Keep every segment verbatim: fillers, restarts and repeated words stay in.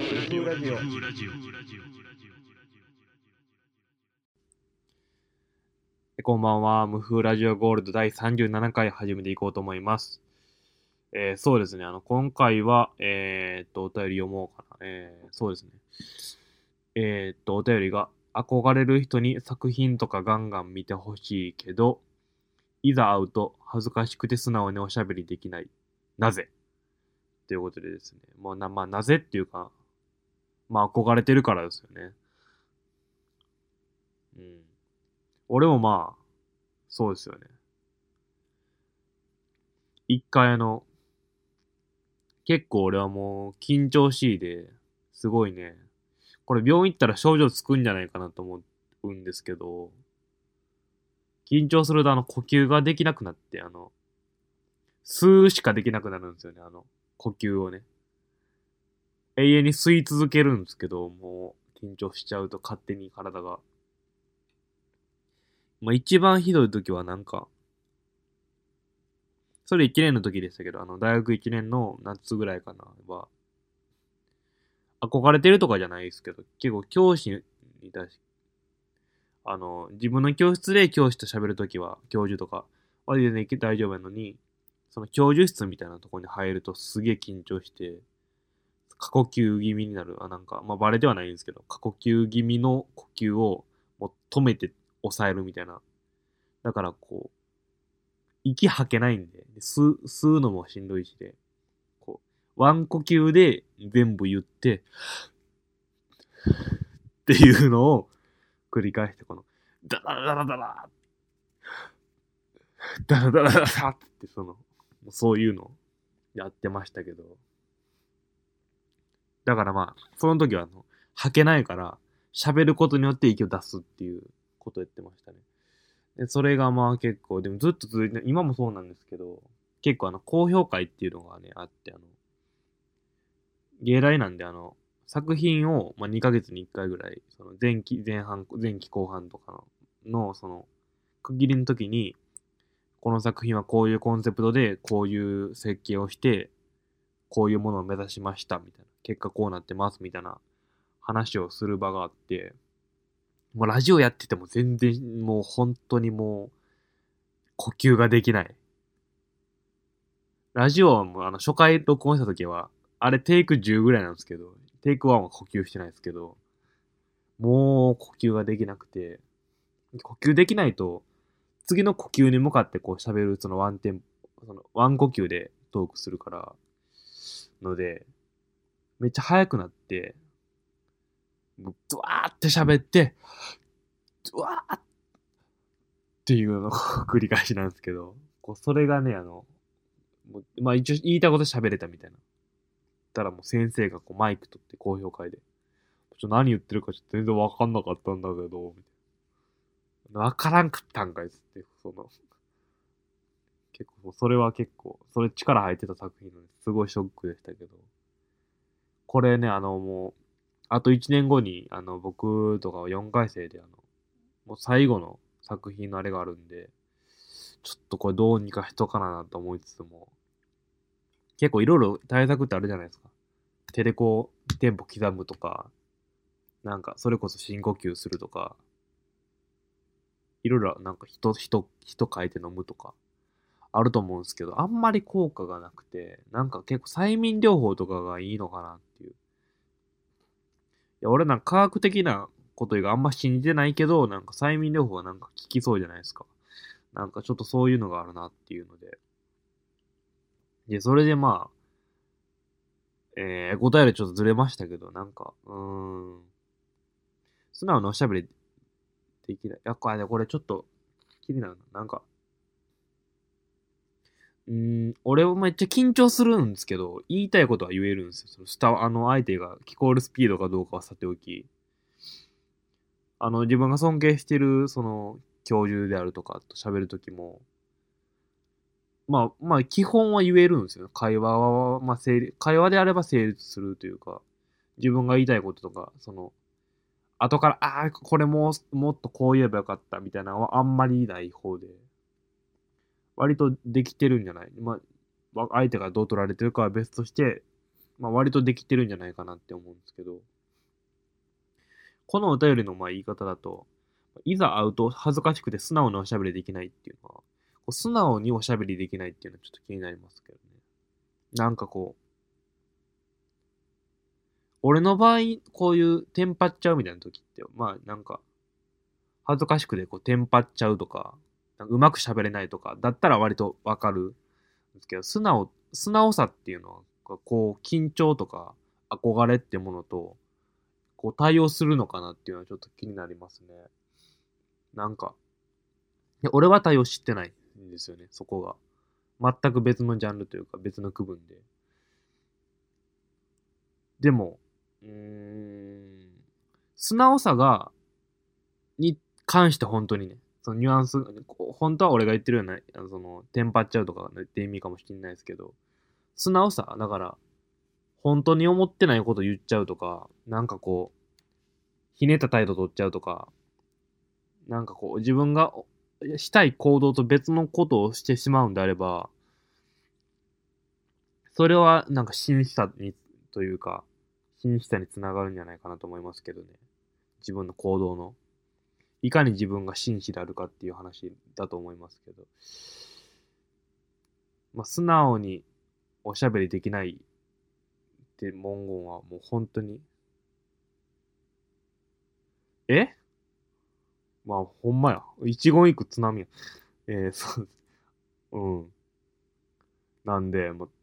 風ラジオ。こんばんは。無風ラジオゴールドだいさんじゅうななかい始めていこうと思います。えー、そうですね。あの、今回は、えー、っと、お便り読もうかな。えー、そうですね。えー、っと、お便りが、憧れる人に作品とかガンガン見てほしいけど、いざ会うと恥ずかしくて素直におしゃべりできない。なぜということでですね。もうな、まあ、なぜっていうか、まあ、憧れてるからですよね。うん。俺もまあ、そうですよね。一回あの、結構俺はもう緊張しいで、すごいね、これ病院行ったら症状つくんじゃないかなと思うんですけど、緊張するとあの呼吸ができなくなって、あの、吸うしかできなくなるんですよね、あの、呼吸をね。永遠に吸い続けるんですけど、もう緊張しちゃうと勝手に体が。まあ一番ひどい時はなんか、それいちねんの時でしたけど、あの、大学いちねんの夏ぐらいかな、は、憧れてるとかじゃないですけど、結構教師に対し、あの、自分の教室で教師と喋るときは、教授とかは全然大丈夫なのに、その教授室みたいなところに入るとすげえ緊張して、過呼吸気味になる。あ、なんか、まあ、バレではないんですけど、過呼吸気味の呼吸をもう止めて抑えるみたいな。だからこう、息吐けないんで、で吸う、吸うのもしんどいしで、こう、ワン呼吸で全部言って、っていうのを繰り返して、この、ダラダラダラダラダラダラって、その、そういうのをやってましたけど、だからまあ、その時はあの、吐けないから、喋ることによって息を出すっていうことを言ってましたね。で、それがまあ結構、でもずっと続いて、今もそうなんですけど、結構あの、高評価っていうのがね、あって、あの、芸大なんであの、作品を、まあ、にかげつにいっかいぐらい、その前期、前半、前期後半とかの、の、その、区切りの時に、この作品はこういうコンセプトで、こういう設計をして、こういうものを目指しました、みたいな。結果こうなってます、みたいな話をする場があって、もうラジオやってても全然、もう本当にもう、呼吸ができない。ラジオはもうあの初回録音した時は、あれテイクじゅうぐらいなんですけど、テイクワンは呼吸してないですけど、もう呼吸ができなくて、呼吸できないと、次の呼吸に向かってこう喋るそのワンテンポ、そのワン呼吸でトークするから、ので、めっちゃ速くなって、もうドワーって喋って、ドワーっていうのを繰り返しなんですけど、こうそれがね、あの、もうまあ一応言いたいこと喋れたみたいな。たらもう先生がこうマイク取って高評価で、ちょ何言ってるかちょっと全然わかんなかったんだけど、みたいな。わからんかったんかいっつって、その、結構、それは結構、それ力入ってた作品なんですごいショックでしたけど、これね、あのもう、あといちねんごに、あの、僕とかはよんかい生で、あの、もう最後の作品のあれがあるんで、ちょっとこれどうにかしとかななと思いつつも、結構いろいろ対策ってあるじゃないですか。手でこう、テンポ刻むとか、なんか、それこそ深呼吸するとか、いろいろなんか人、人、人書いて飲むとか、あると思うんですけど、あんまり効果がなくて、なんか結構催眠療法とかがいいのかなっていう。いや、俺なんか科学的なことがあんま信じてないけど、なんか催眠療法はなんか効きそうじゃないですか。なんかちょっとそういうのがあるなっていうので。で、それでまあ、えー、答えるちょっとずれましたけど、なんか、うーん、素直なおしゃべりできない。やっぱね、これちょっと気になるな。なんか、うーん、俺はめっちゃ緊張するんですけど、言いたいことは言えるんですよ。そのスタあの相手が聞こえるスピードかどうかはさておき、あの、自分が尊敬してる、その、教授であるとかと喋るときも、まあ、まあ、基本は言えるんですよ。会話は、まあ、成立、会話であれば成立するというか、自分が言いたいこととか、その、後から、ああ、これもう、もっとこう言えばよかったみたいなのはあんまりない方で、割とできてるんじゃないまあ、相手がどう取られてるかは別として、 まあ割とできてるんじゃないかなって思うんですけど、このお便りのまあ言い方だと、いざ会うと恥ずかしくて素直におしゃべりできないっていうのは、こう素直におしゃべりできないっていうのはちょっと気になりますけどね。なんかこう、俺の場合、こういうテンパっちゃうみたいな時って、まあなんか、恥ずかしくてこうテンパっちゃうとか、なんかうまく喋れないとか、だったら割とわかるんですけど、素直、素直さっていうのは、こう、緊張とか憧れってものと、こう対応するのかなっていうのはちょっと気になりますね。なんか、いや俺は対応してないんですよね、そこが。全く別のジャンルというか別の区分で。でも、うーん、素直さが、に関して本当にね、そのニュアンス、本当は俺が言ってるような、あのその、テンパっちゃうとかって意味かもしれないですけど、素直さ、だから、本当に思ってないこと言っちゃうとか、なんかこう、ひねった態度取っちゃうとか、なんかこう、自分がしたい行動と別のことをしてしまうんであれば、それはなんか真摯さに、というか、真摯さにつながるんじゃないかなと思いますけどね。自分の行動の。いかに自分が真摯であるかっていう話だと思いますけど。まあ、素直におしゃべりできないって文言はもう本当に、えまあ、ほんまや。一言一句津波や。えー、そう、うん。なんで、もう、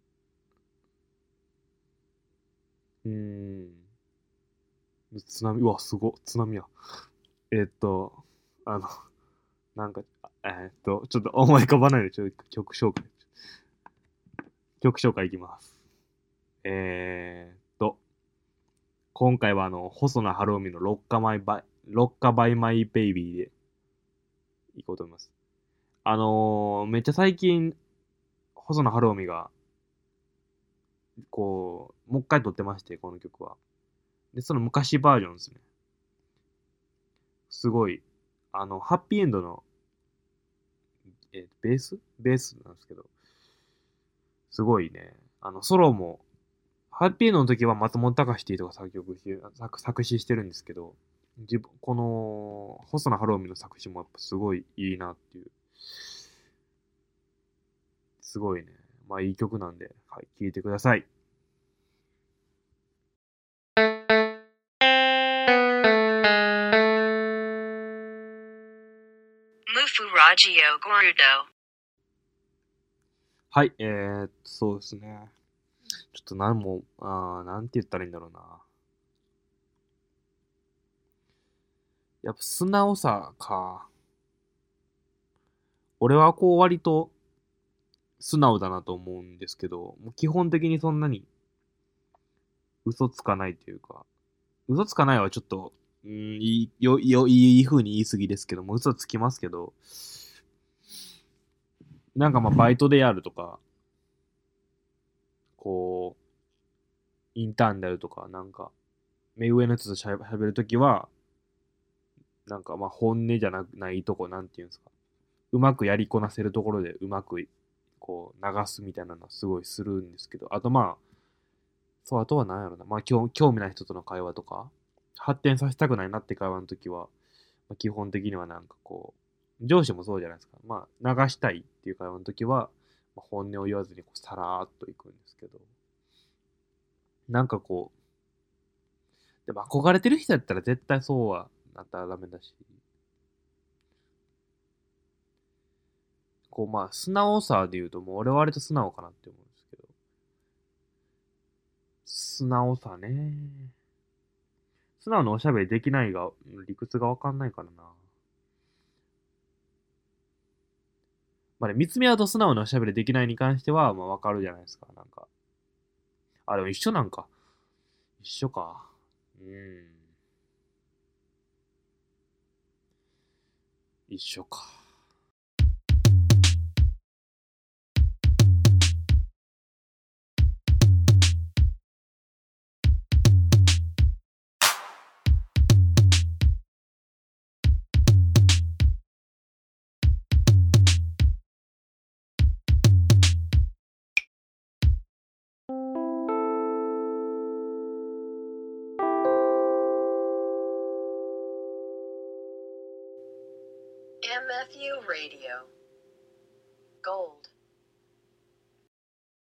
うーん。津波、うわ、すご、津波や。えーっと、あの、なんか、えーっと、ちょっと思い浮かばないで、ちょっと曲紹介。曲紹介いきます。えーっと、今回はあの、細野晴臣のロッカマイバイ、ロッカバイマイベイビーでいこうと思います。あのー、めっちゃ最近、細野晴臣が、こう、もう一回撮ってまして、この曲は。で、その昔バージョンですね。すごい、あの、ハッピーエンドの、えーベースベースなんですけど、すごいね、あの、ソロも、ハッピーエンドの時は松本隆っていう人が作曲して、作作詞してるんですけど、自分、この、細野晴臣の作詞もやっぱすごいいいなっていう、すごいね、まあいい曲なんで、はい、聴いてください。 Mufu Ragio Gorudo。 はい、えー、そうですね。ちょっと何も、あーなんて言ったらいいんだろうな。やっぱ素直さか。俺はこう割と素直だなと思うんですけど、もう基本的にそんなに嘘つかないというか、嘘つかないはちょっと、うん、いい、よ、よ、いい風に言い過ぎですけども、嘘つきますけど、なんかまあバイトでやるとか、こう、インターンであるとか、なんか、目上のやつとしゃべるときは、なんかまあ本音じゃなないとこ、なんていうんですか。うまくやりこなせるところでうまく、こう、流すみたいなのはすごいするんですけど、あとまあ、そう、あとは何やろな。まあ、興興味ない人との会話とか、発展させたくないなって会話の時は、まあ、基本的にはなんかこう、上司もそうじゃないですか。まあ、流したいっていう会話の時は、まあ、本音を言わずにこうさらーっといくんですけど、なんかこう、でも憧れてる人やったら絶対そうはなったらダメだし、こうまあ、素直さで言うと、もう俺は割と素直かなって思うんですけど、素直さね。素直なおしゃべりできないが、理屈がわかんないからな。まあね、見つめ合うと素直なおしゃべりできないに関しては、まあわかるじゃないですか。なんか。あ、でも一緒なんか。一緒か。うん。一緒か。 M F U Radio Gold